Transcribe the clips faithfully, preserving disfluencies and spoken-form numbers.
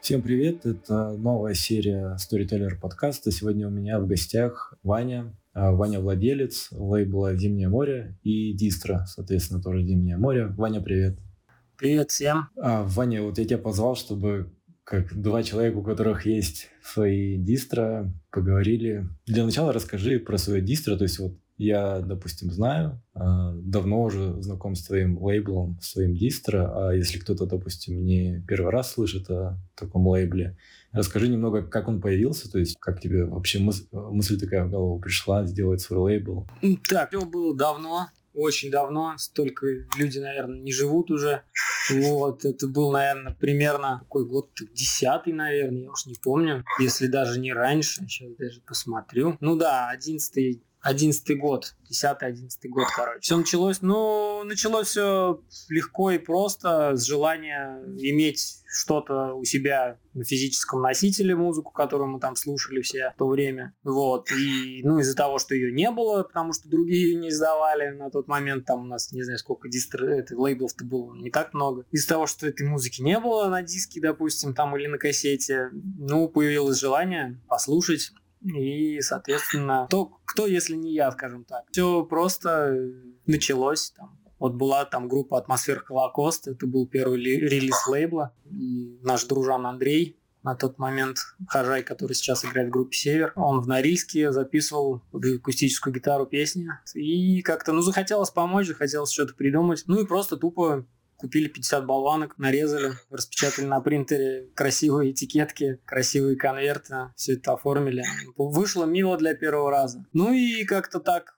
Всем привет, это новая серия Storyteller подкаста. Сегодня у меня в гостях Ваня. Ваня владелец лейбла «Зимнее море» и дистро, соответственно, тоже «Зимнее море». Ваня, привет. Привет всем. А, Ваня, вот я тебя позвал, чтобы как два человека, у которых есть свои дистро, поговорили. Для начала расскажи про свое дистро, то есть вот я, допустим, знаю, давно уже знаком с твоим лейблом, с твоим дистро, а если кто-то, допустим, не первый раз слышит о таком лейбле, расскажи немного, как он появился, то есть как тебе вообще мыс- мысль такая в голову пришла сделать свой лейбл? Так, все было давно, очень давно, столько люди, наверное, не живут уже. Вот, это был, наверное, примерно какой год, десятый, наверное, я уж не помню, если даже не раньше, сейчас даже посмотрю. Ну да, одиннадцатый. Одиннадцатый год, десятый-одиннадцатый год, короче. Все началось, ну, началось все легко и просто, с желания иметь что-то у себя на физическом носителе, музыку, которую мы там слушали все в то время. Вот, и, ну, из-за того, что ее не было, потому что другие ее не издавали на тот момент, там у нас, не знаю, сколько дистро, это, лейблов-то было не так много. Из-за того, что этой музыки не было на диске, допустим, там или на кассете, ну, появилось желание послушать. И, соответственно, кто, кто, если не я, скажем так. Все просто началось. Там. Вот была там группа «Атмосфера Холокост», это был первый ли, релиз лейбла. И наш дружан Андрей, на тот момент Хажай, который сейчас играет в группе «Север», он в Норильске записывал под акустическую гитару песни. И как-то, ну, захотелось помочь, захотелось что-то придумать. Ну и просто тупо купили пятьдесят болванок, нарезали, распечатали на принтере красивые этикетки, красивые конверты, все это оформили. Вышло мило для первого раза. Ну и как-то так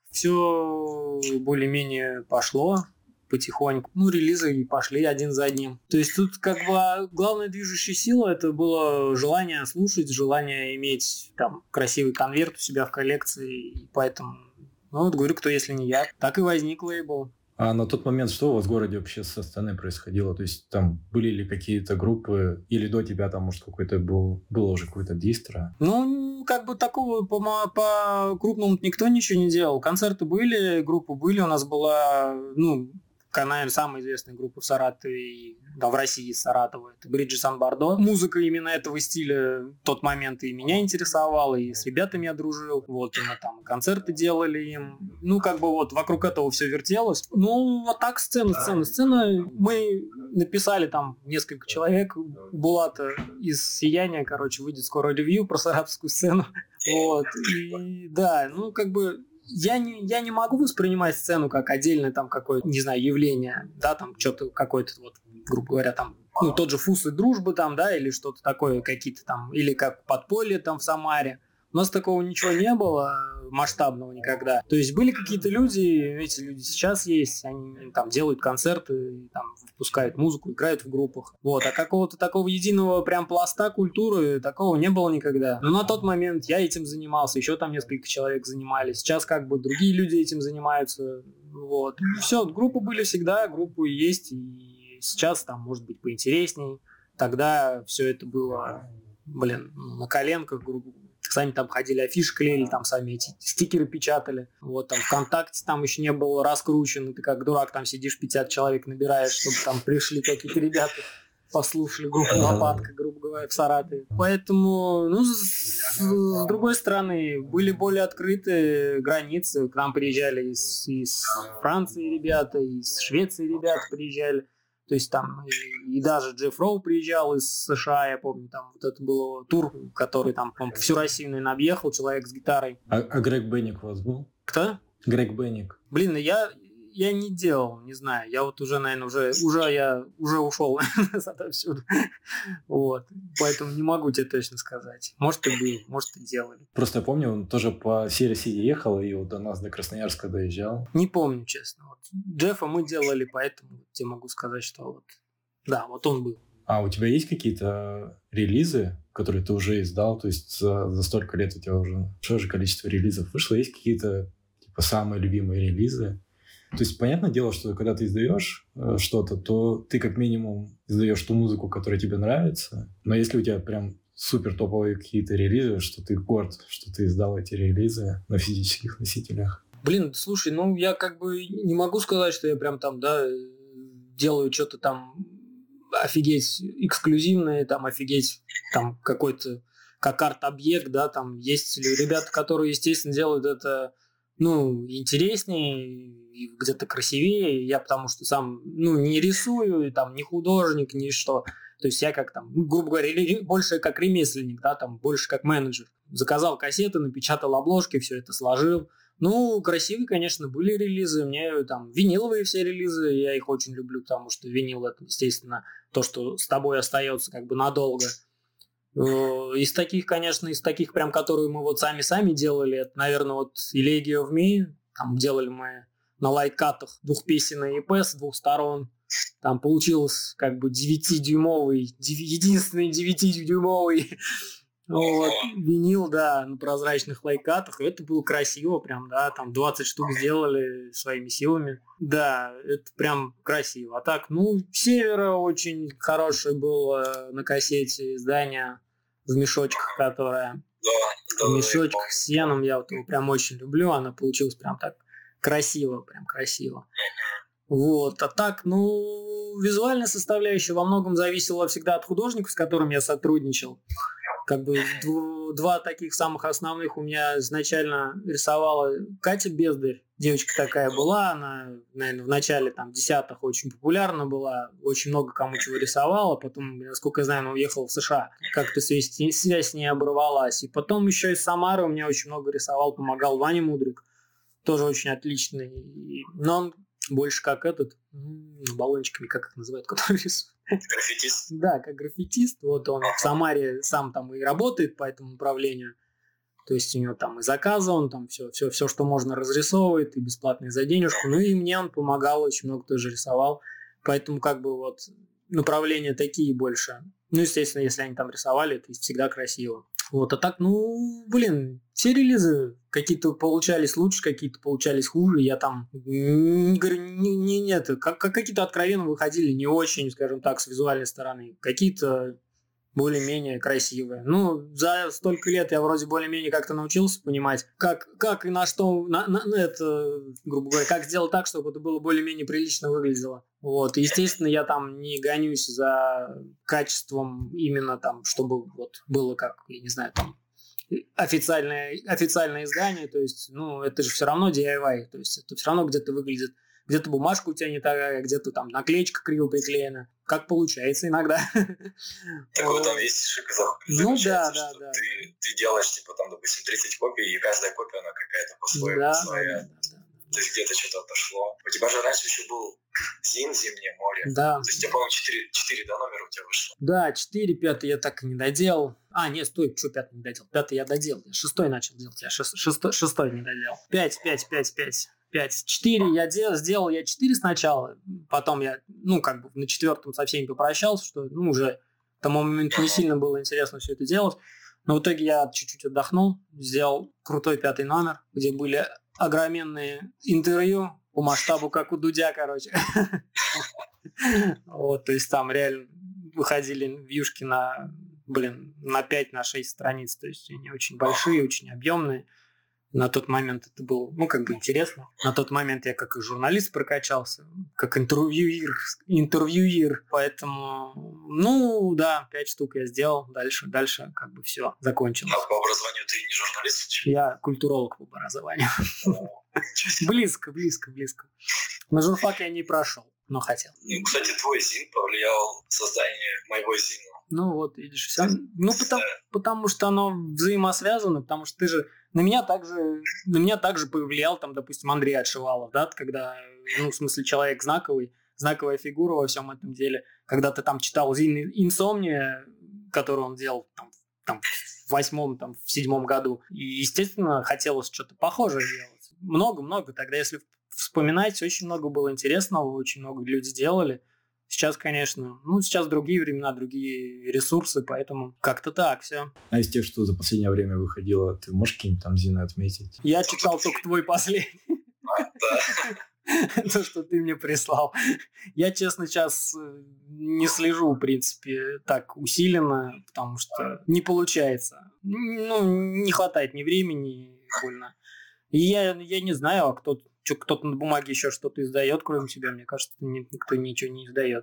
все более-менее пошло потихоньку. Ну, релизы и пошли один за одним. То есть тут как бы главная движущая сила это было желание слушать, желание иметь там красивый конверт у себя в коллекции. И поэтому, ну вот говорю, кто если не я. Так и возник лейбл. А на тот момент что у вас в городе вообще со сценой происходило? То есть там были ли какие-то группы, или до тебя там, может, какой-то был, было уже какой-то дистро? Ну, как бы такого по, по крупному никто ничего не делал. Концерты были, группы были, у нас была, ну, наверное, самая известная группа в Саратове, да, в России из Саратова, это Bridges and Bardot. Музыка именно этого стиля в тот момент и меня интересовала, и с ребятами я дружил. Вот, мы там концерты делали им. Ну, как бы вот вокруг этого все вертелось. Ну, вот так сцена, сцена, сцена. Мы написали там несколько человек. Булата из «Сияния», короче, выйдет скоро ревью про саратовскую сцену. Вот, и да, ну, как бы Я не, я не могу воспринимать сцену как отдельное там какое-то, не знаю, явление, да, там что-то какое-то вот, грубо говоря, там, ну, тот же «Фус и дружбы» там, да, или что-то такое, какие-то там, или как «Подполье» там в Самаре. У нас такого ничего не было масштабного никогда. То есть были какие-то люди, эти люди сейчас есть, они там делают концерты, там выпускают музыку, играют в группах. Вот. А какого-то такого единого прям пласта культуры такого не было никогда. Но на тот момент я этим занимался, еще там несколько человек занимались. Сейчас как бы другие люди этим занимаются. Вот. Все, группы были всегда, группы есть, и сейчас там может быть поинтересней. Тогда все это было, блин, на коленках, грубо говоря. Сами там ходили, афиши клеили, там сами эти стикеры печатали. Вот там ВКонтакте там еще не было раскручено. Ты как дурак там сидишь, пятьдесят человек набираешь, чтобы там пришли какие-то ребята, послушали группу «Лопатка», грубо говоря, в Саратове. Поэтому, ну, с, с другой стороны, были более открытые границы. К нам приезжали из, из Франции ребята, из Швеции ребята приезжали. То есть там и, и даже Джефф Роу приезжал из США, я помню, там вот это был тур, который там всю Россию, наверное, объехал, человек с гитарой. А, а Грег Бенник у вас был? Кто? Грег Бенник. Блин, я, я не делал, не знаю, я вот уже, наверное, уже, уже я уже ушел отовсюду. Вот, поэтому не могу тебе точно сказать. Может, и был, может, и делали. Просто я помню, он тоже по всей России ехал и вот до нас, до Красноярска доезжал. Не помню, честно. Вот. Джеффа мы делали, поэтому тебе могу сказать, что вот, да, вот он был. А у тебя есть какие-то релизы, которые ты уже издал? То есть за, за столько лет у тебя уже что же количество релизов вышло? Есть какие-то типа самые любимые релизы? То есть, понятное дело, что когда ты издаешь э, что-то, то ты как минимум издаешь ту музыку, которая тебе нравится. Но если у тебя прям супер топовые какие-то релизы, что ты горд, что ты издал эти релизы на физических носителях. Блин, слушай, ну я как бы не могу сказать, что я прям там, да, делаю что-то там офигеть эксклюзивные, там офигеть там какой-то как арт-объект, да, там есть ребята, которые, естественно, делают это, ну, интереснее и где-то красивее. Я потому что сам, ну, не рисую, там, не художник, ни что. То есть я как там, ну, грубо говоря, больше как ремесленник, да, там, больше как менеджер. Заказал кассеты, напечатал обложки, все это сложил. Ну, красивые, конечно, были релизы. Мне там виниловые все релизы, я их очень люблю, потому что винил это, естественно, то, что с тобой остается как бы надолго. Из таких, конечно, из таких прям, которые мы вот сами-сами делали, это, наверное, вот Elegy of Me, там делали мы на лайткатах двухпесенный и пи с двух сторон. Там получился как бы девятидюймовый, единственный девятидюймовый вот, винил, да, на прозрачных лайкатах. Это было красиво прям, да, там двадцать штук сделали своими силами. Да, это прям красиво. А так, ну, Севера очень хорошее было на кассете издание в мешочках, которое да, да, в мешочках с сеном. Я вот его прям очень люблю. Она получилась прям так красиво, прям красиво. Вот, а так, ну, визуальная составляющая во многом зависела всегда от художников, с которыми я сотрудничал. Как бы дв- два таких самых основных у меня изначально рисовала Катя Бездарь. Девочка такая была, она, наверное, в начале там десятых очень популярна была, очень много кому чего рисовала, потом, насколько я знаю, она уехала в США, как-то связь, связь с ней оборвалась. И потом еще из Самары у меня очень много рисовал, помогал Ваня Мудрик, тоже очень отличный, но он больше как этот, баллончиками, как их называют, которые рисуют. Граффитист? Да, как граффитист. Вот он в Самаре сам там и работает по этому направлению. То есть у него там и заказы, он там все, все, все, что можно, разрисовывает, и бесплатно, и за денежку. Ну и мне он помогал, очень много тоже рисовал. Поэтому как бы вот направления такие больше. Ну, естественно, если они там рисовали, это всегда красиво. Вот, а так, ну, блин, все релизы какие-то получались лучше, какие-то получались хуже. Я там, не говорю, не, не, нет, как, какие-то откровенно выходили не очень, скажем так, с визуальной стороны. Какие-то более-менее красивые. Ну, за столько лет я вроде более-менее как-то научился понимать, как, как и на что, на, на, на это, грубо говоря, как сделать так, чтобы это было более-менее прилично выглядело. Вот, и, естественно, я там не гонюсь за качеством именно там, чтобы вот было как, я не знаю, там, официальное, официальное издание, то есть, ну, это же все равно ди ай вай, то есть это все равно где-то выглядит, где-то бумажка у тебя не такая, где-то там наклеечка криво приклеена, как получается иногда. Такой там есть шик Ну да, да, да. Ты, ты делаешь, типа, там, допустим, тридцать копий, и каждая копия, она какая-то по-своему да, своя. Да, да, да. То есть где-то что-то отошло. У тебя же раньше еще был Зин, Зимнее море. Да. То есть у тебя, по-моему, четыре, да, номера у тебя вышло? Да, четыре, пятый я так и не доделал. А, нет, стой, что пятый не доделал? Пятый я доделал. Я шестой начал делать, я шест, шестой, шестой не доделал. Пять, пять, пять, пять. пять. четыре я дел, сделал, я четыре сначала, потом я, ну, как бы на четвертом со всеми попрощался, что, ну, уже к тому моменту не сильно было интересно все это делать. Но в итоге я чуть-чуть отдохнул, сделал крутой пятый номер, где были огроменные интервью по масштабу, как у Дудя, короче. Вот, то есть там реально выходили вьюшки на, блин, на пять, на шесть страниц, то есть они очень большие, очень объемные. На тот момент это было, ну, как бы интересно. На тот момент я как и журналист прокачался, как интервьюер, интервьюер. Поэтому, ну, да, пять штук я сделал. Дальше, дальше как бы все, закончилось. А по образованию ты не журналист? Я культуролог по образованию. Близко, близко, близко. На журфак я не прошел, но хотел. Ну, кстати, твой зин повлиял на создание моего зина. Ну, вот, видишь, все. Ну, потому, потому что оно взаимосвязано, потому что ты же на меня также, на меня также повлиял, там, допустим, Андрей Отшивалов, да, когда, ну, в смысле, человек знаковый, знаковая фигура во всем этом деле. Когда ты там читал Зин «Инсомния», который он делал там, там, в восьмом, там, в седьмом году, и, естественно, хотелось что-то похожее делать. Много-много. Тогда, если вспоминать, очень много было интересного, очень много люди делали. Сейчас, конечно, ну, сейчас другие времена, другие ресурсы, поэтому как-то так все. А из тех, что за последнее время выходило, ты можешь какие-нибудь там зины отметить? Я читал только твой последний. То, что ты мне прислал. Я, честно, сейчас не слежу, в принципе, так усиленно, потому что не получается. Ну, не хватает ни времени, ни больно. И я, я не знаю, а кто-то, кто-то на бумаге еще что-то издает, кроме тебя. Мне кажется, никто ничего не издает.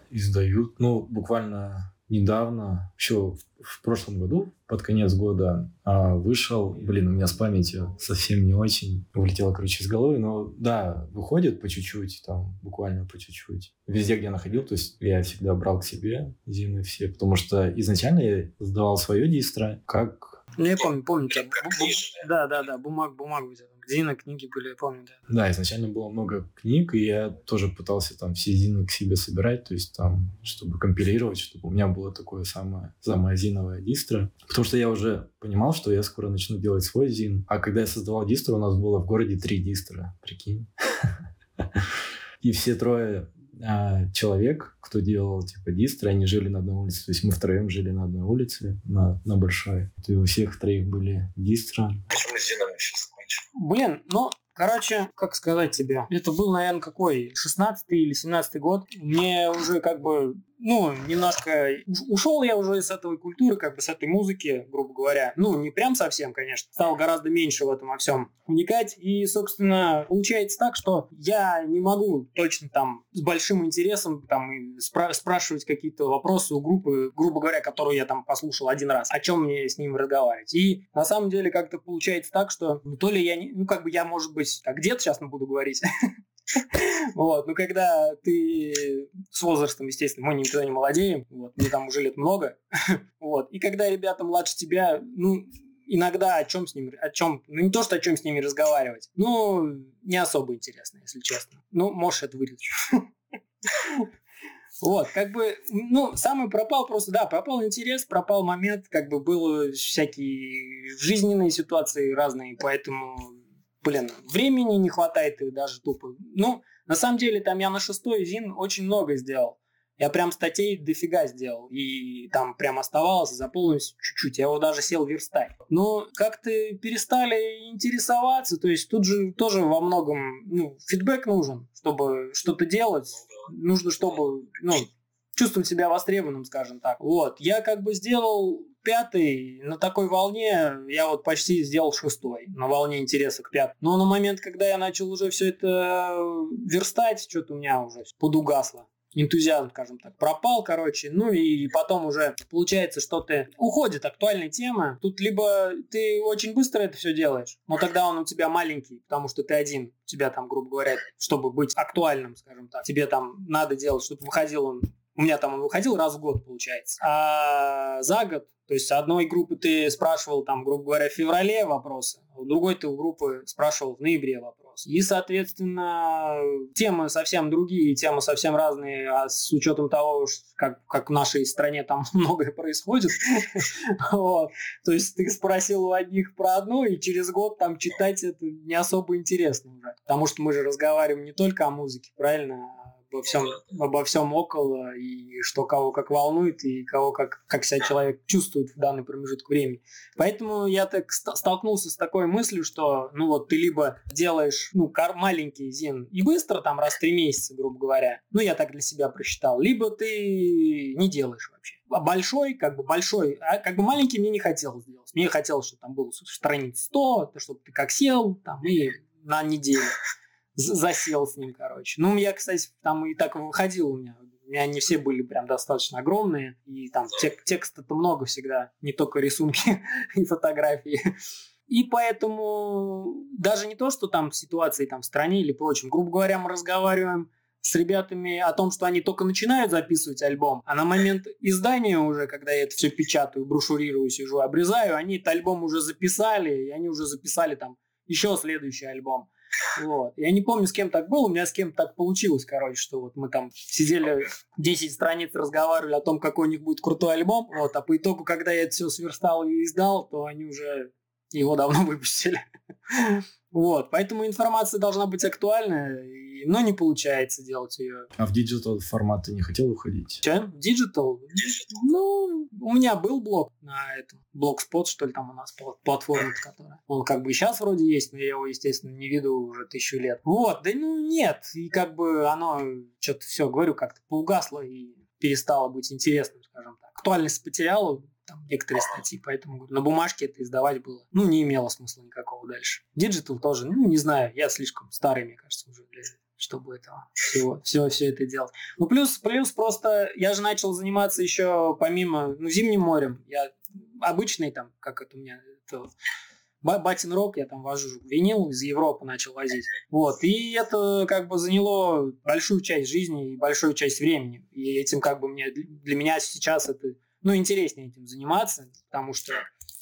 издают. Ну, буквально недавно, еще в, в прошлом году, под конец года, а, вышел, блин, у меня с памятью совсем не очень, улетело, короче, из головы, но да, выходит по чуть-чуть, там, буквально по чуть-чуть. Везде, где находил, то есть я всегда брал к себе зины все, потому что изначально я сдавал свое дистро, как... Ну, я помню, помню тебя. Да, да, да, бумаг, бумаг взял. Зины, книги были, я помню, да. Да, изначально было много книг, и я тоже пытался там все зины к себе собирать, то есть там, чтобы компилировать, чтобы у меня было такое самое, самое зиновое дистро. Потому что я уже понимал, что я скоро начну делать свой зин. А когда я создавал дистро, у нас было в городе три дистро, прикинь. И все трое а, человек, кто делал типа дистро, они жили на одной улице. То есть мы втроем жили на одной улице, на, на большой. И у всех троих были дистро. Почему с зинами сейчас закончил? Блин, ну, короче, как сказать тебе, это был, наверное, какой, шестнадцатый или семнадцатый год. Мне уже как бы, ну, немножко ушел я уже с этой культуры, как бы с этой музыки, грубо говоря. Ну, не прям совсем, конечно. Стал гораздо меньше в этом во всем вникать. И, собственно, получается так, что я не могу точно там с большим интересом там спра- спрашивать какие-то вопросы у группы, грубо говоря, которую я там послушал один раз. О чем мне с ним разговаривать. И на самом деле как-то получается так, что то ли я не... Ну, как бы я, может быть, как дед сейчас не буду говорить. Вот, ну когда ты с возрастом, естественно, мы никогда не молодеем, вот, мне там уже лет много, вот, и когда ребята младше тебя, ну, иногда о чем с ними, о чем, ну не то, что о чем с ними разговаривать, ну, не особо интересно, если честно. Ну, можешь это вырезать. Вот, как бы, ну, самый пропал просто, да, пропал интерес, пропал момент, как бы, было всякие жизненные ситуации разные, поэтому... Блин, времени не хватает и даже тупо. Ну, на самом деле, там я на шестой зин очень много сделал. Я прям статей дофига сделал. И там прям оставалось, заполнилось чуть-чуть. Я его даже сел верстать. Но как-то перестали интересоваться. То есть тут же тоже во многом, ну, фидбэк нужен, чтобы что-то делать. Нужно, чтобы, ну, чувствовать себя востребованным, скажем так. Вот. Я как бы сделал... Пятый, на такой волне я вот почти сделал шестой, на волне интереса к пятому. Но на момент, когда я начал уже все это верстать, что-то у меня уже подугасло. Энтузиазм, скажем так, пропал, короче. Ну и потом уже получается, что ты... Уходит актуальная тема. Тут либо ты очень быстро это все делаешь, но тогда он у тебя маленький, потому что ты один. У тебя там, грубо говоря, чтобы быть актуальным, скажем так, тебе там надо делать, чтобы выходил он... У меня там он выходил раз в год, получается. А за год, то есть одной группы ты спрашивал, там, грубо говоря, в феврале вопросы, а у другой ты у группы спрашивал в ноябре вопросы. И, соответственно, темы совсем другие, темы совсем разные, а с учетом того, как, как в нашей стране там многое происходит. То есть ты спросил у одних про одно, и через год там читать это не особо интересно уже. Потому что мы же разговариваем не только о музыке, правильно? Обо всем, обо всем около, и что кого как волнует, и кого как, как себя человек чувствует в данный промежуток времени. Поэтому я так ст- столкнулся с такой мыслью, что ну вот ты либо делаешь ну, маленький зин и быстро, там раз в три месяца, грубо говоря, ну я так для себя просчитал, либо ты не делаешь вообще. А большой, как бы большой, а как бы маленький мне не хотелось делать. Мне хотелось, чтобы там было страниц сто, чтобы ты как сел, там, и на неделю. Засел с ним, короче. Ну, я, кстати, там и так выходил у меня. У меня они все были прям достаточно огромные. И там тек- текста-то много всегда. Не только рисунки и фотографии. И поэтому даже не то, что там ситуации там, в стране или прочем. Грубо говоря, мы разговариваем с ребятами о том, что они только начинают записывать альбом, а на момент издания уже, когда я это все печатаю, брошюрирую, сижу, обрезаю, они этот альбом уже записали, и они уже записали там еще следующий альбом. Вот. Я не помню, с кем так было, у меня с кем так получилось, короче, что вот мы там сидели десять страниц, разговаривали о том, какой у них будет крутой альбом, вот, а по итогу, когда я это все сверстал и издал, то они уже его давно выпустили. Вот, поэтому информация должна быть актуальная, но не получается делать ее. А в диджитал формат ты не хотел уходить? Че? Диджитал? Ну, у меня был блог на этом, Blogspot, что ли, там у нас платформа, которая. Он как бы и сейчас вроде есть, но я его, естественно, не виду уже тысячу лет. Вот, да ну нет, и как бы оно, что-то все, говорю, как-то поугасло и перестало быть интересным, скажем так. Актуальность потеряла, там некоторые статьи, поэтому говорю, на бумажке это издавать было. Ну, не имело смысла никакого дальше. Диджитал тоже, ну, не знаю, я слишком старый, мне кажется, уже для чтобы этого всего, все, все это делать. Ну, плюс, плюс просто я же начал заниматься еще помимо, ну, Зимним морем. Я обычный там, как это у меня, это, Батин Рок, я там вожу винил, из Европы начал возить. Вот. И это как бы заняло большую часть жизни и большую часть времени. И этим как бы мне, для меня сейчас это, ну, интереснее этим заниматься, потому что,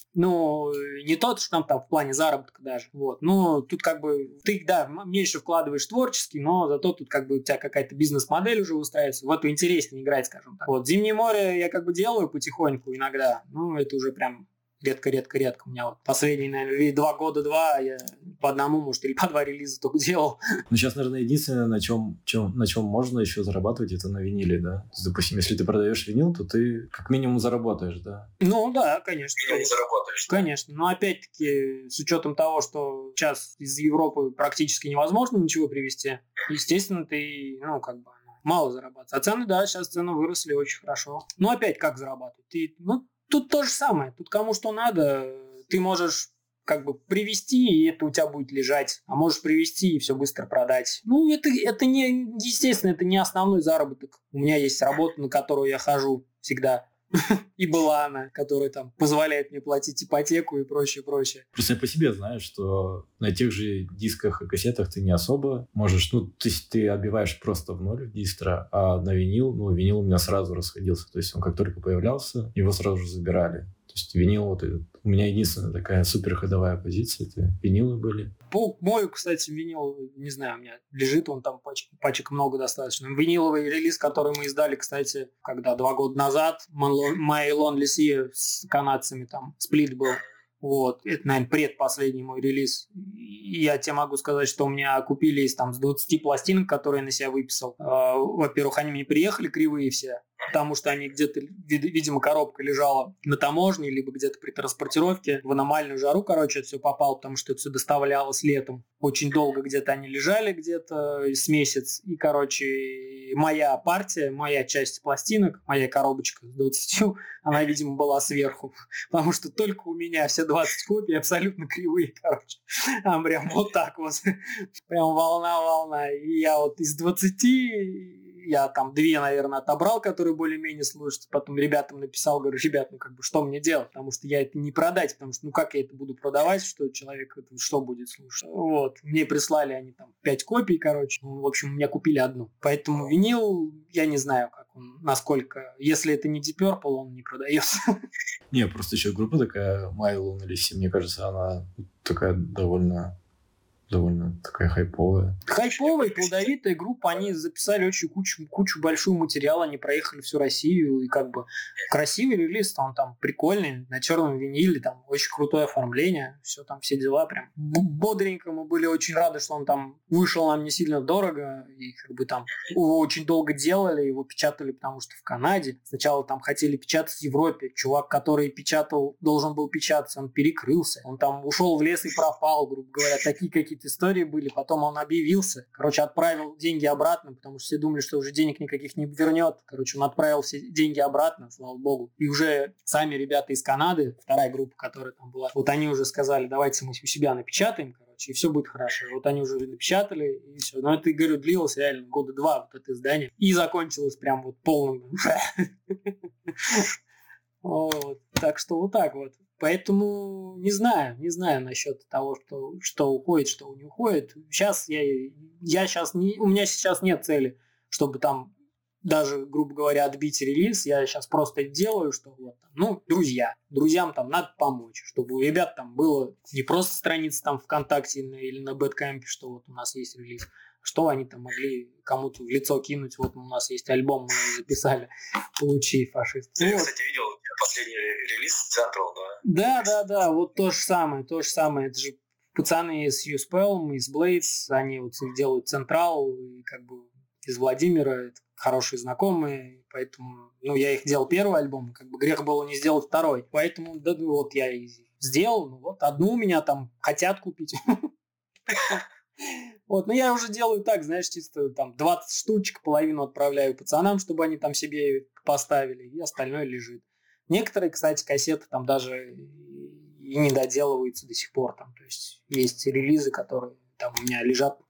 ну, не тот, что там, там в плане заработка даже. Вот. Ну, тут как бы ты, да, меньше вкладываешь творчески, но зато тут как бы у тебя какая-то бизнес-модель уже устраивается. В эту интереснее играть, скажем так. Вот. Зимнее море я как бы делаю потихоньку иногда. Ну, это уже прям редко-редко-редко. У меня вот последние, наверное, два года, два, я по одному, может, или по два релиза только делал. Ну, сейчас, наверное, единственное, на чем, чем, на чем можно еще зарабатывать, это на виниле, да? То есть, допустим, если ты продаешь винил, то ты как минимум заработаешь, да? Ну, да, конечно. Минимум заработаешь. Конечно. Но опять-таки, с учетом того, что сейчас из Европы практически невозможно ничего привезти, естественно, ты, ну, как бы, мало зарабатываешь. А цены, да, сейчас цены выросли очень хорошо. Ну, опять, как зарабатывать? Ты, ну, тут то же самое. Тут кому что надо, ты можешь как бы привезти, и это у тебя будет лежать. А можешь привезти и все быстро продать. Ну, это, это не, естественно, это не основной заработок. У меня есть работа, на которую я хожу всегда. И была она, которая там позволяет мне платить ипотеку и прочее, прочее. Просто я по себе знаю, что на тех же дисках и кассетах ты не особо можешь, ну, то есть ты отбиваешь просто в ноль дистро, а на винил, ну, винил у меня сразу расходился. То есть он как только появлялся, его сразу же забирали. То есть винил, вот этот, у меня единственная такая супер ходовая позиция, это винилы были. По мой, кстати, винил, не знаю, у меня лежит он там, пачек, пачек много достаточно. Виниловый релиз, который мы издали, кстати, когда два года назад, My Lonely Sea с канадцами, там, сплит был. Вот, это, наверное, предпоследний мой релиз. И я тебе могу сказать, что у меня купились там с двадцати пластинок, которые я на себя выписал. Во-первых, они мне приехали кривые все, потому что они где-то, видимо, коробка лежала на таможне, либо где-то при транспортировке. В аномальную жару, короче, это все попало, потому что это все доставлялось летом. Очень долго где-то они лежали, где-то с месяц. И, короче, моя партия, моя часть пластинок, моя коробочка с двадцатью, она, видимо, была сверху. Потому что только у меня все двадцать копий абсолютно кривые, короче. А прям вот так вот. Прям волна-волна. И я вот из двадцати... Я там две, наверное, отобрал, которые более-менее слушают. Потом ребятам написал, говорю, ребят, ну как бы что мне делать? Потому что я это не продать, потому что ну как я это буду продавать, что человек это что будет слушать? Вот. Мне прислали они там пять копий, короче. Ну, в общем, мне купили одну. Поэтому винил, я не знаю, как он, насколько... Если это не Deep Purple, он не продается. Не, просто еще группа такая, My Lonely Sea, мне кажется, она такая довольно... довольно такая хайповая. Хайповая, плодовитая группа, они записали очень кучу, кучу большую материала, они проехали всю Россию, и как бы красивый релиз, он там прикольный, на черном виниле, там очень крутое оформление, все там, все дела прям бодренько, мы были очень рады, что он там вышел нам не сильно дорого, и как бы там его очень долго делали, его печатали, потому что в Канаде, сначала там хотели печатать в Европе, чувак, который печатал, должен был печататься, он перекрылся, он там ушел в лес и пропал, грубо говоря, такие какие-то истории были, потом он объявился, короче, отправил деньги обратно, потому что все думали, что уже денег никаких не вернет, короче, он отправил все деньги обратно, слава богу, и уже сами ребята из Канады, вторая группа, которая там была, вот они уже сказали, давайте мы у себя напечатаем, короче, и все будет хорошо, вот они уже напечатали, и все, но это, говорю, длилось реально года два, вот это издание, и закончилось прям вот полным, так что вот так вот. Поэтому не знаю, не знаю насчет того, что, что уходит, что не уходит. Сейчас я, я сейчас не, у меня сейчас нет цели, чтобы там даже, грубо говоря, отбить релиз. Я сейчас просто делаю, что вот, ну, друзья, друзьям там надо помочь, чтобы у ребят там было не просто страница там ВКонтакте или на Бэдкэмпе, что вот у нас есть релиз, что они там могли кому-то в лицо кинуть, вот у нас есть альбом, мы его записали, получи, фашист. Я, вот. Кстати, видел последний релиз Central, да? Да, да, да, вот то же самое, то же самое, это же пацаны из U-Spell, из Blades, они вот делают Централ, и как бы из Владимира, это хорошие знакомые, поэтому, ну, я их делал первый альбом, как бы грех было не сделать второй, поэтому, да, вот я и сделал, ну, вот одну у меня там хотят купить. Вот, но я уже делаю так, знаешь, чисто там двадцать штучек, половину отправляю пацанам, чтобы они там себе поставили, и остальное лежит. Некоторые, кстати, кассеты там даже и не доделываются до сих пор. Там, то есть есть релизы, которые там у меня лежат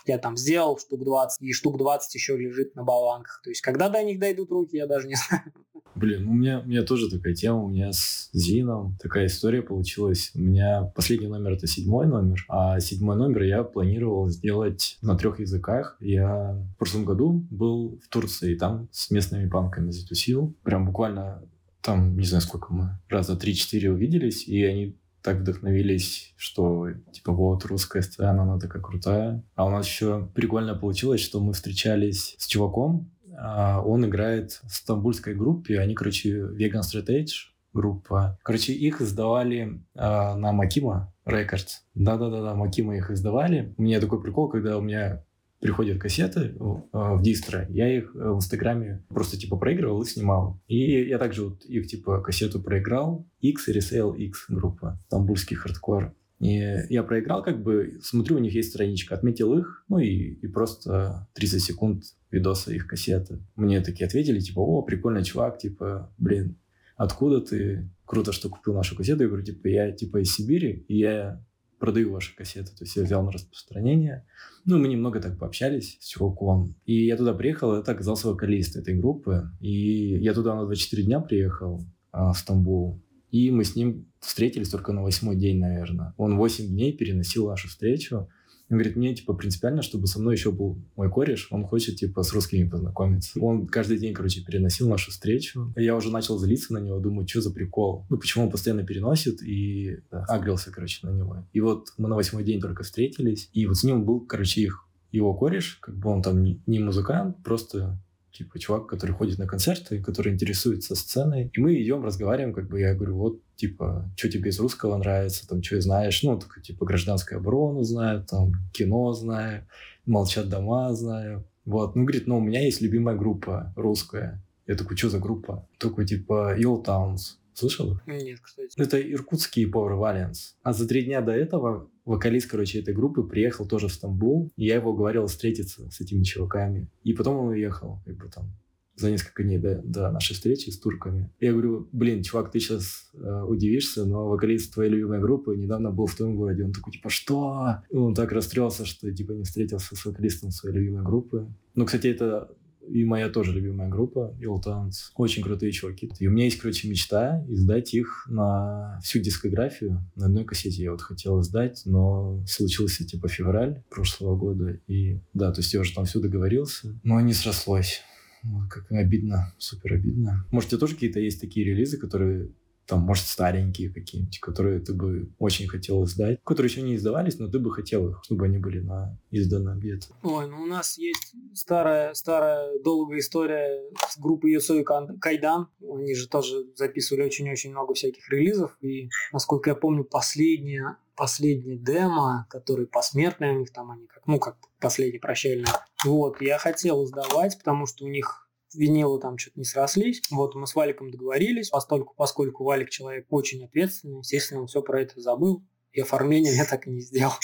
Я там сделал штук двадцать, и штук двадцать еще лежит на болванках. То есть, когда до них дойдут руки, я даже не знаю. Блин, у меня, у меня тоже такая тема. У меня с Зином такая история получилась. У меня последний номер — это седьмой номер, а седьмой номер я планировал сделать на трех языках. Я в прошлом году был в Турции, и там с местными панками затусил. Прям буквально там, не знаю, сколько мы, раза три-четыре увиделись, и они так вдохновились, что типа вот русская сцена, она такая крутая. А у нас еще прикольно получилось, что мы встречались с чуваком, а он играет в стамбульской группе, они, короче, Vegan Straight Edge группа. Короче, их издавали а, на Makima Records. Да-да-да, Makima их издавали. У меня такой прикол, когда у меня приходят кассеты в дистро, я их в Инстаграме просто типа проигрывал и снимал. И я также вот их типа кассету проиграл. X Resale X группа, стамбульский хардкор. И я проиграл, как бы, смотрю, у них есть страничка, отметил их, ну и, и просто тридцать секунд видоса их кассеты. Мне такие ответили, типа, о, прикольный чувак, типа, блин, откуда ты? Круто, что купил нашу кассету. Я говорю, типа, я типа из Сибири, и я продаю ваши кассеты. То есть я взял на распространение. Ну, мы немного так пообщались с чуваком. И я туда приехал, это оказался вокалист этой группы. И я туда на двадцать четыре дня приехал, а, в Стамбул. И мы с ним встретились только на восьмой день, наверное. Он восемь дней переносил нашу встречу. Он говорит, мне, типа, принципиально, чтобы со мной еще был мой кореш. Он хочет, типа, с русскими познакомиться. Он каждый день, короче, переносил нашу встречу. Я уже начал злиться на него, думаю, что за прикол? Ну, почему он постоянно переносит? И да, агрился, короче, на него. И вот мы на восьмой день только встретились. И вот с ним был, короче, их, его кореш. Как бы он там не, не музыкант, просто... типа чувак, который ходит на концерты, который интересуется сценой. И мы идем, разговариваем, как бы я говорю, вот, типа, что тебе из русского нравится, там, что знаешь, ну, такой, типа, гражданскую оборону знаю, там, кино знаю, молчат дома знаю. Вот, ну, говорит, ну, у меня есть любимая группа русская. Я такой, что за группа? Такой, типа, Ill Towns. Слышал? Нет, кстати. Это иркутские Power Valiance. А за три дня до этого вокалист, короче, этой группы приехал тоже в Стамбул. И я его уговорил встретиться с этими чуваками. И потом он уехал, как бы там, за несколько дней до, до нашей встречи с турками. Я говорю, блин, чувак, ты сейчас э, удивишься, но вокалист твоей любимой группы недавно был в твоем городе. Он такой, типа, что? И он так расстроился, что, типа, не встретился с вокалистом своей любимой группы. Ну, кстати, это... И моя тоже любимая группа, Ill Towns. Очень крутые чуваки. И у меня есть, короче, мечта издать их на всю дискографию на одной кассете. Я вот хотел издать, но случился, типа, февраль прошлого года. И да, то есть я уже там все договорился, но не срослось. Вот, как обидно, супер обидно. Может, у тебя тоже какие-то есть такие релизы, которые... Там, может, старенькие какие-нибудь, которые ты бы очень хотел издать, которые еще не издавались, но ты бы хотел их, чтобы они были на изданы где-то. Ой, ну у нас есть старая, старая долгая история с группой Йосо и Кайдан. Они же тоже записывали очень-очень много всяких релизов. И, насколько я помню, последняя, последняя демо, который посмертный у них там, они как, ну, как последний прощальный. Вот, я хотел издавать, потому что у них винилы там что-то не срослись. Вот мы с Валиком договорились, поскольку, поскольку Валик человек очень ответственный, естественно, он все про это забыл, и оформление я так и не сделал.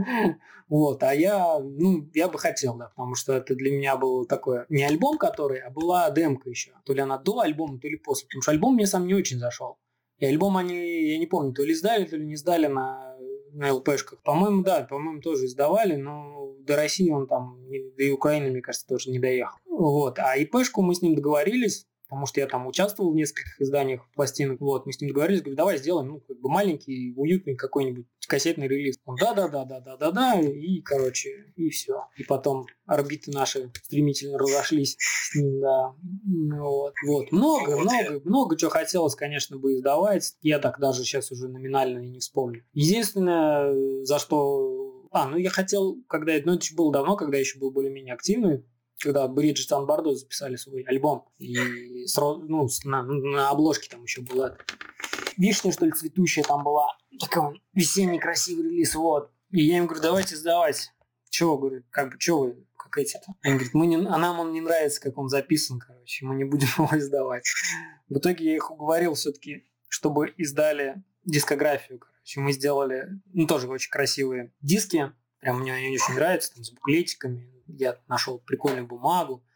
Вот, а я, ну, я бы хотел, да, потому что это для меня был такой, не альбом который, а была демка еще. То ли она до альбома, то ли после, потому что альбом мне сам не очень зашел. И альбом они, я не помню, то ли сдали, то ли не сдали на, на эл пэ-шках. По-моему, да, по-моему, тоже издавали, но до России он там, да и Украины, мне кажется, тоже не доехал. Вот, а и пэ-шку мы с ним договорились, потому что я там участвовал в нескольких изданиях пластинок, вот, мы с ним договорились, говорю, давай сделаем, ну, как бы маленький, уютный какой-нибудь кассетный релиз. Он, да-да-да-да-да-да-да, и, короче, и все. И потом орбиты наши стремительно разошлись с ним, да. Вот, вот. Много, много, много чего хотелось, конечно, бы издавать. Я так даже сейчас уже номинально и не вспомню. Единственное, за что... А, ну, я хотел, когда... Ну, это еще было давно, когда я еще был более-менее активный, когда Бриджит и Бардо записали свой альбом. И ну, на, на обложке там еще была вишня, что ли, цветущая там была. Такой весенний красивый релиз, вот. И я им говорю, давайте сдавать. Чего, говорю, как бы, чего вы, как эти-то? Они говорят, мы не, а нам он не нравится, как он записан, короче, мы не будем его издавать. В итоге я их уговорил все-таки, чтобы издали дискографию, короче. Мы сделали, ну, тоже очень красивые диски. Прям мне они очень нравятся, там, с буклетиками. Я нашел прикольную бумагу.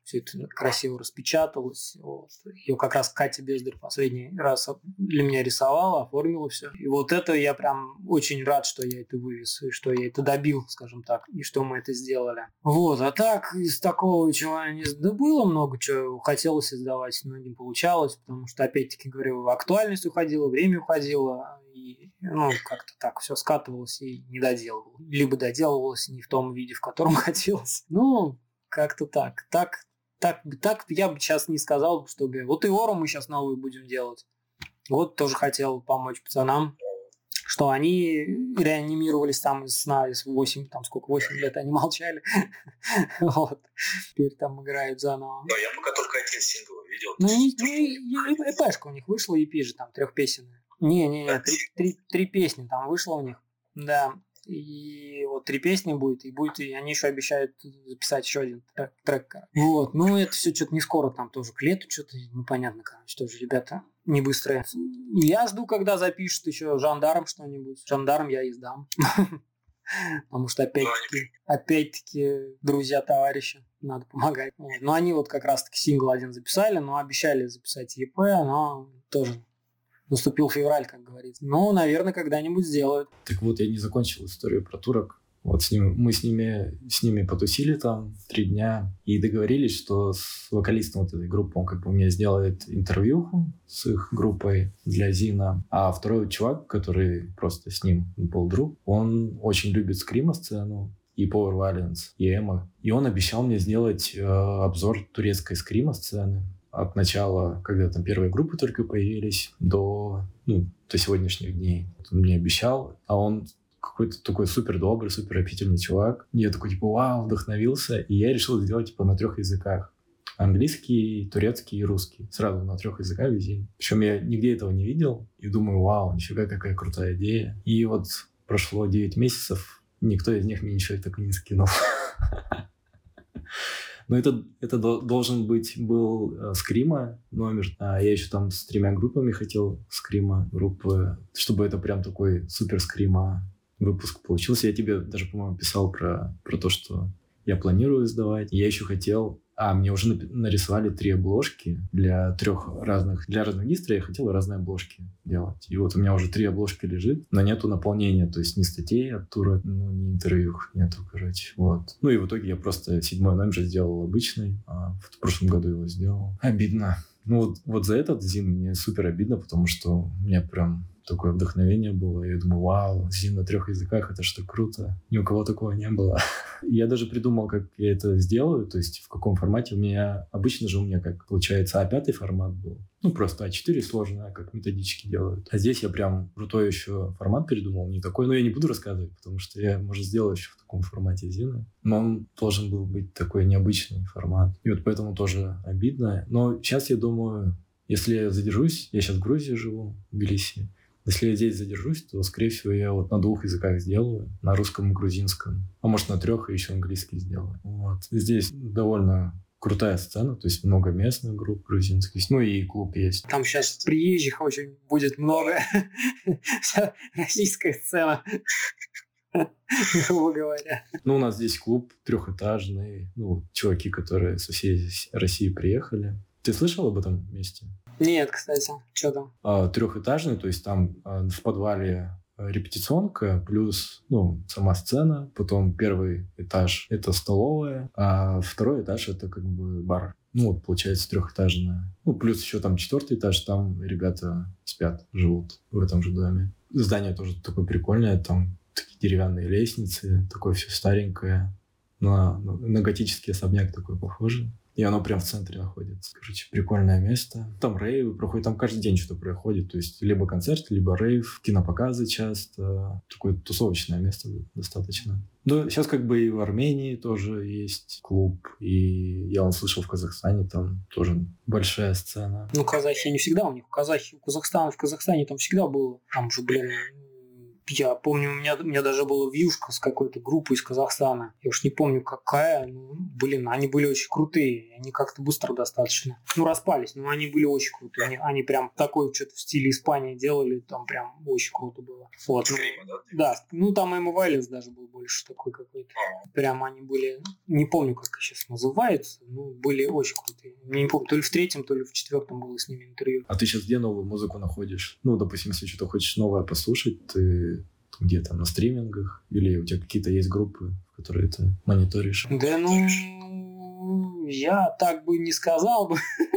все это красиво распечаталось. Вот. Ее как раз Катя Бездарь последний раз для меня рисовала, оформила все. И вот это я прям очень рад, что я это вывез, и что я это добил, скажем так, и что мы это сделали. Вот, а так из такого чего не... Да было много чего хотелось издавать, но не получалось, потому что, опять-таки, говорю, актуальность уходила, время уходило, и, ну, как-то так все скатывалось и не доделывалось. Либо доделывалось не в том виде, в котором хотелось. Ну, как-то так. Так, так, так я бы сейчас не сказал, чтобы... Вот и Ору мы сейчас новую будем делать. Вот тоже хотел помочь пацанам, что они реанимировались там из сна, из восемь, там сколько, восемь лет они молчали. Вот. Теперь там играют заново. Но я пока только один сингл видел. Ну, и эпэшка у них вышла, и пи же там, трехпесенная. Не-не-не, три, три, три песни там вышло у них. Да. И вот три песни будет, и будет, и они еще обещают записать еще один трек. трек. Вот. Ну, это все что-то не скоро, там тоже к лету что-то непонятно, короче, тоже ребята не быстрые. Я жду, когда запишут еще Жандарм что-нибудь. Жандарм я издам. Потому что опять-таки, опять-таки, друзья, товарищи, надо помогать. Вот. Но они вот как раз-таки сингл один записали, но обещали записать и пи, но тоже наступил февраль, как говорится. Ну, наверное, когда-нибудь сделают. Так вот, я не закончил историю про турок. Вот с ними, мы с ними, с ними потусили там три дня и договорились, что с вокалистом вот этой группы он как бы мне сделает интервью с их группой для Зина. А второй чувак, который просто с ним был друг, он очень любит скрима-сцену и Power Violence, и эмо. И он обещал мне сделать э, обзор турецкой скрима-сцены. От начала, когда там первые группы только появились, до, ну, до сегодняшних дней. Он мне обещал, а он какой-то такой супер добрый, супер общительный чувак. Я такой, типа, вау, вдохновился. И я решил сделать, типа, на трех языках. Английский, турецкий и русский. Сразу на трех языках везде. Причем я нигде этого не видел. И думаю, вау, нифига, какая крутая идея. И вот прошло девять месяцев, никто из них мне ничего так и не скинул. Но это, это должен быть был э, скрима номер. А я еще там с тремя группами хотел скрима группы, чтобы это прям такой супер скрима выпуск получился. Я тебе даже, по-моему, писал про, про то, что я планирую издавать. Я еще хотел... А, мне уже нарисовали три обложки для трех разных... Для разных дистрей я хотел разные обложки делать. И вот у меня уже три обложки лежит, но нету наполнения. То есть ни статей от тура, ну, ни интервью нету, короче. Вот. Ну и в итоге я просто седьмой номер сделал обычный, а в прошлом году его сделал. Обидно. Ну вот, вот за этот Зин мне супер обидно, потому что у меня прям такое вдохновение было. Я думаю, вау, Зин на трех языках, это что круто. Ни у кого такого не было. Я даже придумал, как я это сделаю, то есть в каком формате. У меня, обычно же у меня, как получается, а пять формат был. Ну, просто а четыре сложно, как методички делают. А здесь я прям крутой еще формат придумал, не такой. Но я не буду рассказывать, потому что я, может, сделаю еще в таком формате Зина. Но он должен был быть такой необычный формат. И вот поэтому тоже обидно. Но сейчас я думаю, если я задержусь, я сейчас в Грузии живу, в Тбилиси. Если я здесь задержусь, то, скорее всего, я вот на двух языках сделаю. На русском и грузинском. А может, на трех и еще английский сделаю. Вот. Здесь довольно крутая сцена, то есть много местных групп грузинских. Ну и клуб есть. Там сейчас приезжих очень будет много. Вся российская сцена, грубо говоря. Ну, у нас здесь клуб трехэтажный. Ну, чуваки, которые со всей России приехали. Ты слышал об этом месте? Нет, кстати. Что там? А, трехэтажный, то есть там а, в подвале репетиционка плюс, ну, сама сцена. Потом первый этаж — это столовая, а второй этаж — это как бы бар. Ну, вот, получается, трехэтажная. Ну, плюс еще там четвертый этаж, там ребята спят, живут в этом же доме. Здание тоже такое прикольное, там такие деревянные лестницы, такое все старенькое. На, на готический особняк такой похоже. И оно прям в центре находится. Короче, прикольное место. Там рейвы проходят, там каждый день что-то происходит. То есть либо концерт, либо рейв, кинопоказы часто. Такое тусовочное место достаточно. Ну, сейчас как бы и в Армении тоже есть клуб. И я вон слышал, в Казахстане там тоже большая сцена. Ну, казахи не всегда у них. Казахи, у Казахстана, в Казахстане там всегда было. Там же, блин, Я помню, у меня, у меня даже была вьюшка с какой-то группой из Казахстана. Я уж не помню, какая. Ну, блин, они были очень крутые. Они как-то быстро достаточно. Ну, распались, но они были очень крутые. Они, они прям такое что-то в стиле Испании делали. Там прям очень круто было. Вот, ну, да, ну там Эмо Вайленс даже был больше такой какой-то. Прям они были... Не помню, как сейчас называется. Ну, были очень крутые. Я не помню, то ли в третьем, то ли в четвертом было с ними интервью. А ты сейчас где новую музыку находишь? Ну, допустим, если что-то хочешь новое послушать, ты где-то на стримингах? Или у тебя какие-то есть группы, в которые ты мониторишь? Да ну, я так бы не сказал бы.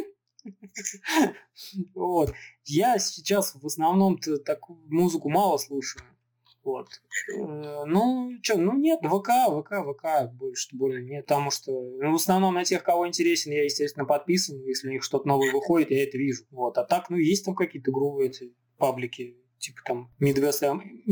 Вот. Я сейчас в основном-то такую музыку мало слушаю. Вот. Ну, что, ну нет, ВК, ВК, ВК больше более нет, потому что ну, в основном на тех, кого интересен, я, естественно, подписан, если у них что-то новое выходит, я это вижу. Вот. А так, ну, есть там какие-то грубые эти паблики, типа там Midwest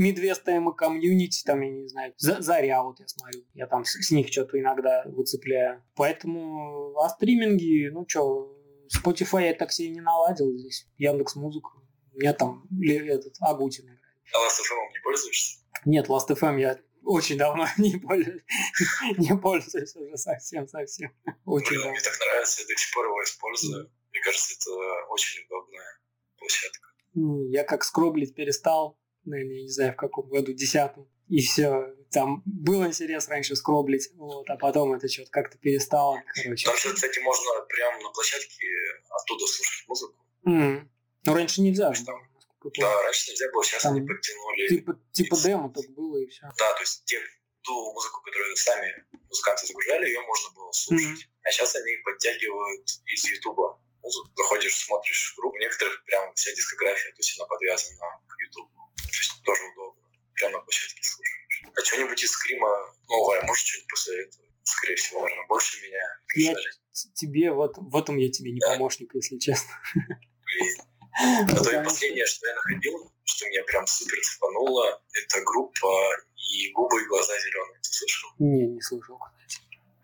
эмо комьюнити, там, я не знаю, Заря, вот я смотрю, я там с, с них что-то иногда выцепляю. Поэтому, а стриминги, ну что, Spotify я так себе не наладил здесь, Яндекс.Музыка, у меня там этот Агутин играет. А Last эф эм не пользуешься? Нет, Last эф эм я очень давно не пользуюсь, не пользуюсь уже совсем-совсем. Очень Блин, давно. мне так нравится, я до сих пор его использую. Mm. Мне кажется, это очень удобная площадка. Я как скроблить перестал, наверное, я не знаю, в каком году, десятом. И все, там был интерес раньше скроблить, вот, а потом это что-то как-то перестало, короче. Там же, кстати, можно прямо на площадке оттуда слушать музыку. Mm. Ну, раньше нельзя же. Да, раньше нельзя было, сейчас там они подтянули. Типа, типа демо так было и все. Да, то есть те, ту музыку, которую сами музыканты загружали, ее можно было слушать. Mm-hmm. А сейчас они подтягивают из Ютуба музыку. Заходишь, смотришь группу. У некоторых прям вся дискография, то есть она подвязана к Ютубу. То есть тоже удобно. Прямо на площадке слушаешь. А что-нибудь из Скрима новое, может, что-нибудь посоветовать? Скорее всего, наверное, больше меня. Я тебе, вот в этом я тебе не да. помощник, если честно. Блин. А то и последнее, что я находил, что меня прям супер цепануло, это группа и губы, и глаза зеленые. Ты слышал? Не, не слышал, кстати.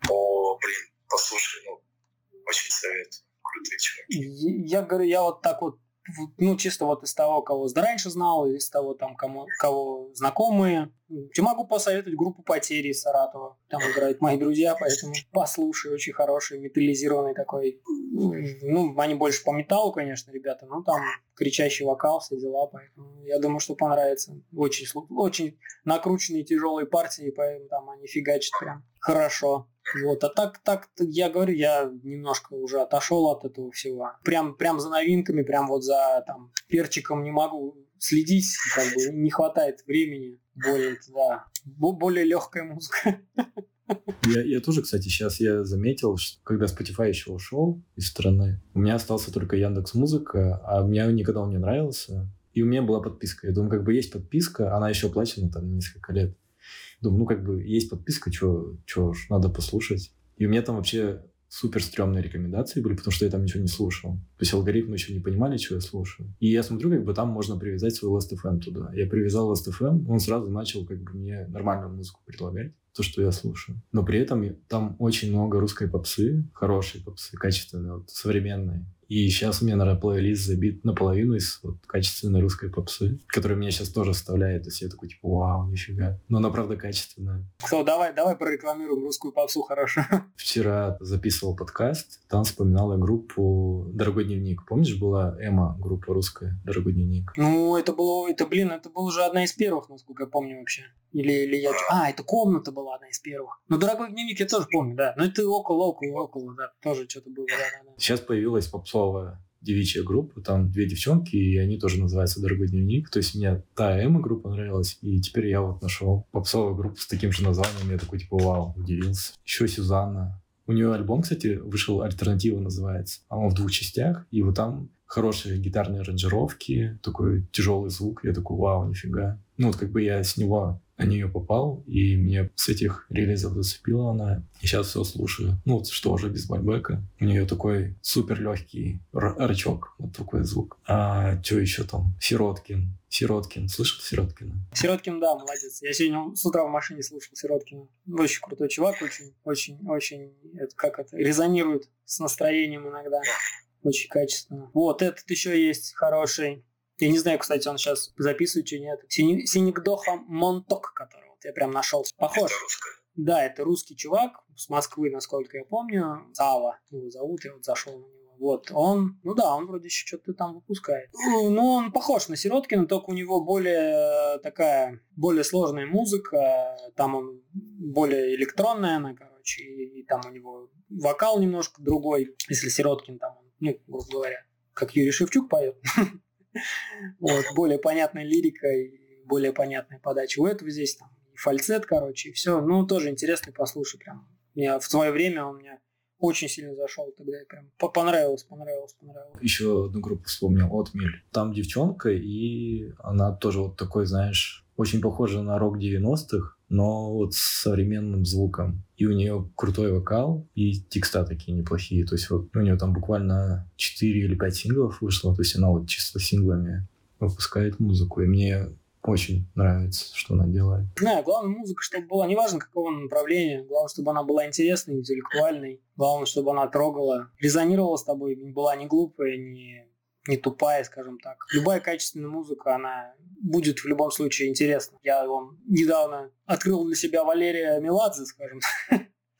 О, блин, послушай, ну, очень советую. Крутые чуваки. Я, я говорю, я вот так вот, ну, чисто вот из того, кого раньше знал, из того, там, кому, кого знакомые. Я могу посоветовать группу «Потери» из Саратова. Там играют мои друзья, поэтому послушай, очень хороший, металлизированный такой. Ну, они больше по металлу, конечно, ребята, но там кричащий вокал, все дела, поэтому я думаю, что понравится. Очень, очень накрученные тяжелые партии, поэтому там они фигачат прям хорошо. Вот, а так, так, я говорю, я немножко уже отошел от этого всего. Прям, прям за новинками, прям вот за там перчиком не могу следить, как бы не хватает времени. Более, да, более легкая музыка. Я, я тоже, кстати, сейчас я заметил, что когда Spotify еще ушел из страны, у меня остался только Яндекс.Музыка, а мне никогда он не нравился. И у меня была подписка. Я думаю, как бы есть подписка, она еще оплачена там несколько лет. Думаю, ну как бы есть подписка, что уж надо послушать. И у меня там вообще супер стрёмные рекомендации были, потому что я там ничего не слушал. То есть алгоритмы еще не понимали, что я слушаю. И я смотрю, как бы там можно привязать свой Last эф эм туда. Я привязал Last эф эм, он сразу начал как бы мне нормальную музыку предлагать, то, что я слушаю. Но при этом там очень много русской попсы, хорошей попсы, качественной, вот, современной. И сейчас у меня, наверное, плейлист забит наполовину из вот, качественной русской попсы, которая меня сейчас тоже вставляет. То есть я такой, типа, вау, нифига. Но она, правда, качественная. Кто, давай, давай прорекламируем русскую попсу, хорошо. Вчера записывал подкаст, там вспоминал я группу «Дорогой дневник». Помнишь, была Эма, группа русская «Дорогой дневник»? Ну, это было, это, блин, это была уже одна из первых, насколько я помню вообще. Или, или я... А, это «Комната» была одна из первых. Ну, «Дорогой дневник» я тоже помню, да. Но это около, около, около, да. Тоже что-то было, да, да, да. Сейчас появилась попсовая девичья группа, там две девчонки, и они тоже называются «Дорогой дневник». То есть мне та эмо-группа нравилась, и теперь я вот нашел попсовую группу с таким же названием. Я такой, типа, вау, удивился. Еще Сюзанна. У нее альбом, кстати, вышел «Альтернатива» называется. Он в двух частях, и вот там хорошие гитарные аранжировки, такой тяжелый звук. Я такой, вау, нифига. Ну вот как бы я с него на нее попал, и мне с этих релизов зацепила она. И сейчас все слушаю. Ну вот что уже без байбека. У нее такой супер легкий рычок, вот такой звук. А что еще там? Сироткин. Сироткин. Слышал Сироткина? Сироткин, да, молодец. Я сегодня с утра в машине слушал Сироткина. Очень крутой чувак, очень, очень, очень, это, как это, резонирует с настроением иногда. Очень качественно. Вот, этот еще есть хороший. Я не знаю, кстати, он сейчас записывает или нет. Сини- Синигдоха Монток, которого вот я прям нашел. Похож. Это русская. Да, это русский чувак с Москвы, насколько я помню. Сава его зовут, я вот зашел на него. Вот, он, ну да, он вроде еще что-то там выпускает. Ну, он похож на Сироткина, только у него более такая, более сложная музыка. Там он более электронная, она, короче, и, и там у него вокал немножко другой. Если Сироткин там, ну, грубо говоря, как Юрий Шевчук поет. Вот, более понятная лирика и более понятная подача. У этого здесь там и фальцет, короче, и все. Ну, тоже интересный, послушай, прям. Я в свое время он мне очень сильно зашел тогда, и прям понравилось, понравилось, понравилось. Еще одну группу вспомнил, Отмель. Там девчонка, и она тоже вот такой, знаешь, очень похожа на рок девяностых, но вот с современным звуком. И у нее крутой вокал, и текста такие неплохие. То есть вот у нее там буквально четыре или пять синглов вышло, то есть она вот чисто синглами выпускает музыку. И мне очень нравится, что она делает. Не знаю, главное, музыка, чтобы была, неважно какого направления, главное, чтобы она была интересной, интеллектуальной, главное, чтобы она трогала, резонировала с тобой, не была ни глупая, ни, не тупая, скажем так. Любая качественная музыка, она будет в любом случае интересна. Я вон недавно открыл для себя Валерия Меладзе, скажем так.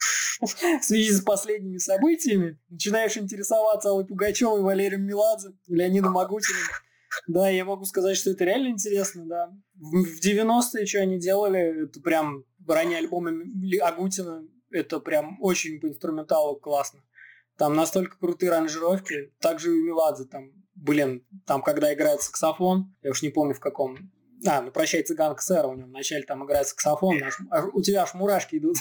В связи с последними событиями начинаешь интересоваться Аллой Пугачевой, Валерием Меладзе, Леонидом Агутиным. Да, я могу сказать, что это реально интересно, да. В девяностые, что они делали, это прям ранние альбомы Агутина, это прям очень по инструменталу классно. Там настолько крутые аранжировки, также и у Меладзе там, блин, там когда играет саксофон, я уж не помню в каком, а, ну «Прощай, цыганка, сэр», у него вначале там играет саксофон, аж, аж, у тебя аж мурашки идут.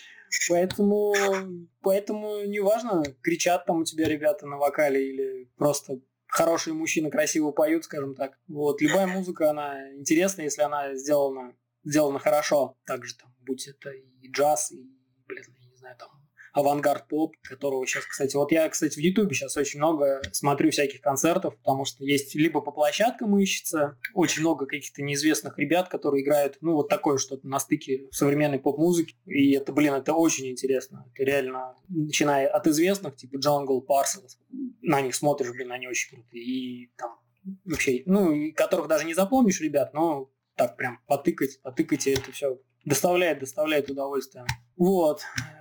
Поэтому, поэтому неважно, кричат там у тебя ребята на вокале или просто хорошие мужчины красиво поют, скажем так. Вот, любая музыка, она интересна, если она сделана, сделана хорошо. Также там, будь это и джаз, и, блин, я не знаю, там, авангард-поп, которого сейчас, кстати, вот я, кстати, в Ютубе сейчас очень много смотрю всяких концертов, потому что есть либо по площадкам ищется, очень много каких-то неизвестных ребят, которые играют, ну, вот такое что-то на стыке современной поп-музыки, и это, блин, это очень интересно. Это реально, начиная от известных, типа Jungle Parsons, на них смотришь, блин, они очень крутые, и там вообще, ну, и которых даже не запомнишь, ребят, но так прям потыкать, потыкать, и это все доставляет, доставляет удовольствие. Вот.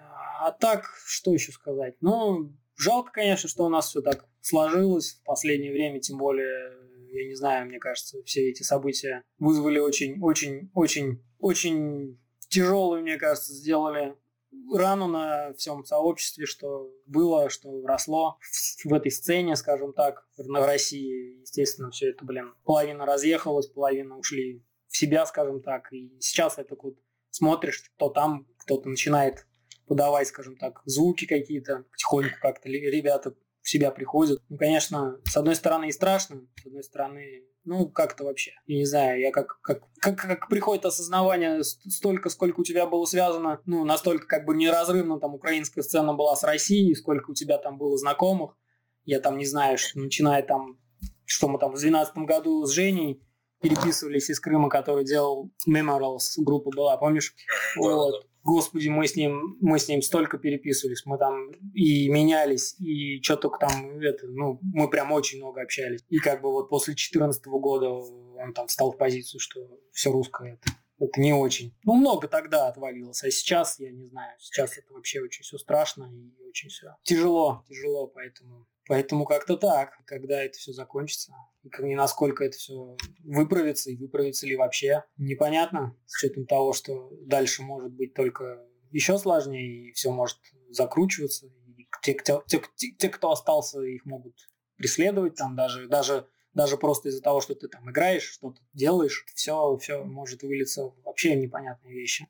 А так, что еще сказать? Ну, жалко, конечно, что у нас все так сложилось в последнее время, тем более, я не знаю, мне кажется, все эти события вызвали очень, очень, очень, очень тяжелую, мне кажется, сделали рану на всем сообществе, что было, что росло в, в этой сцене, скажем так, в России. Естественно, все это, блин, половина разъехалась, половина ушли в себя, скажем так. И сейчас это вот смотришь, кто там, кто-то начинает подавать, скажем так, звуки какие-то, потихоньку как-то ребята в себя приходят. Ну, конечно, с одной стороны и страшно, с одной стороны, ну, как-то вообще. Я не знаю, я как, как, как, как приходит осознавание столько, сколько у тебя было связано, ну, настолько как бы неразрывно там украинская сцена была с Россией, сколько у тебя там было знакомых. Я там не знаю, что, начиная там, что мы там в двенадцатом году с Женей переписывались из Крыма, который делал Memorials, группа была, помнишь? Вот. Господи, мы с ним, мы с ним столько переписывались, мы там и менялись, и что только там, это, ну, мы прям очень много общались. И как бы вот после четырнадцатого года он там встал в позицию, что все русское это, это не очень. Ну, много тогда отвалилось, а сейчас, я не знаю, сейчас это вообще очень все страшно и очень все тяжело, тяжело, поэтому... Поэтому как-то так, когда это все закончится, и насколько это все выправится, и выправится ли вообще, непонятно, с учетом того, что дальше может быть только еще сложнее, и все может закручиваться, и те, те, те, те, кто остался, их могут преследовать, там даже, даже, даже просто из-за того, что ты там играешь, что-то делаешь, все, все может вылиться в вообще непонятные вещи.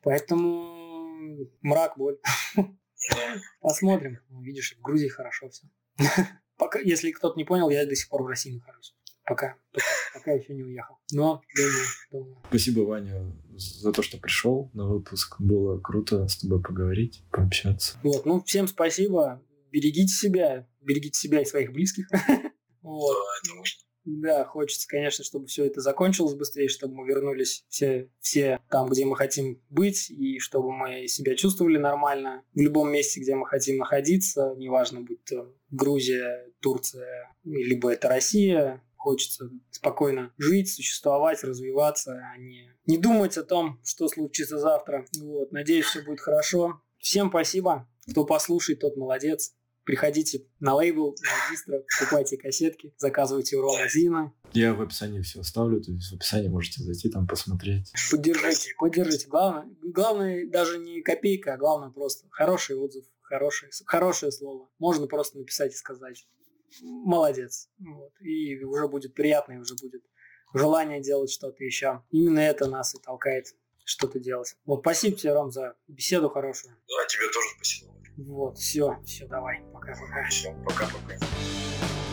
Поэтому мрак, боль. Посмотрим. Видишь, в Грузии хорошо все. Пока, если кто-то не понял, я до сих пор в России нахожусь. Пока, пока, пока еще не уехал. Но думаю, думаю. Спасибо, Ваня, за то, что пришел на выпуск. Было круто с тобой поговорить, пообщаться. Вот, ну, всем спасибо. Берегите себя. Берегите себя и своих близких. Вот. Да, хочется, конечно, чтобы все это закончилось быстрее, чтобы мы вернулись все, все там, где мы хотим быть, и чтобы мы себя чувствовали нормально в любом месте, где мы хотим находиться, неважно, будь то Грузия, Турция, либо это Россия. хочется спокойно жить, существовать, развиваться, а не, не думать о том, что случится завтра. Вот. Надеюсь, все будет хорошо. Всем спасибо. Кто послушает, тот молодец. Приходите на лейбл, на дистро, покупайте кассетки, заказывайте у Рома Зина. Я в описании все оставлю, то есть в описании можете зайти там посмотреть. Поддержите, поддержите. Главное, главное даже не копейка, а главное просто хороший отзыв, хорошее, хорошее слово. Можно просто написать и сказать молодец. Вот. И уже будет приятно, и уже будет желание делать что-то еще. Именно это нас и толкает что-то делать. Вот, спасибо тебе, Ром, за беседу хорошую. Да, тебе тоже спасибо. Вот, все, все, давай, пока-пока. Все, пока-пока.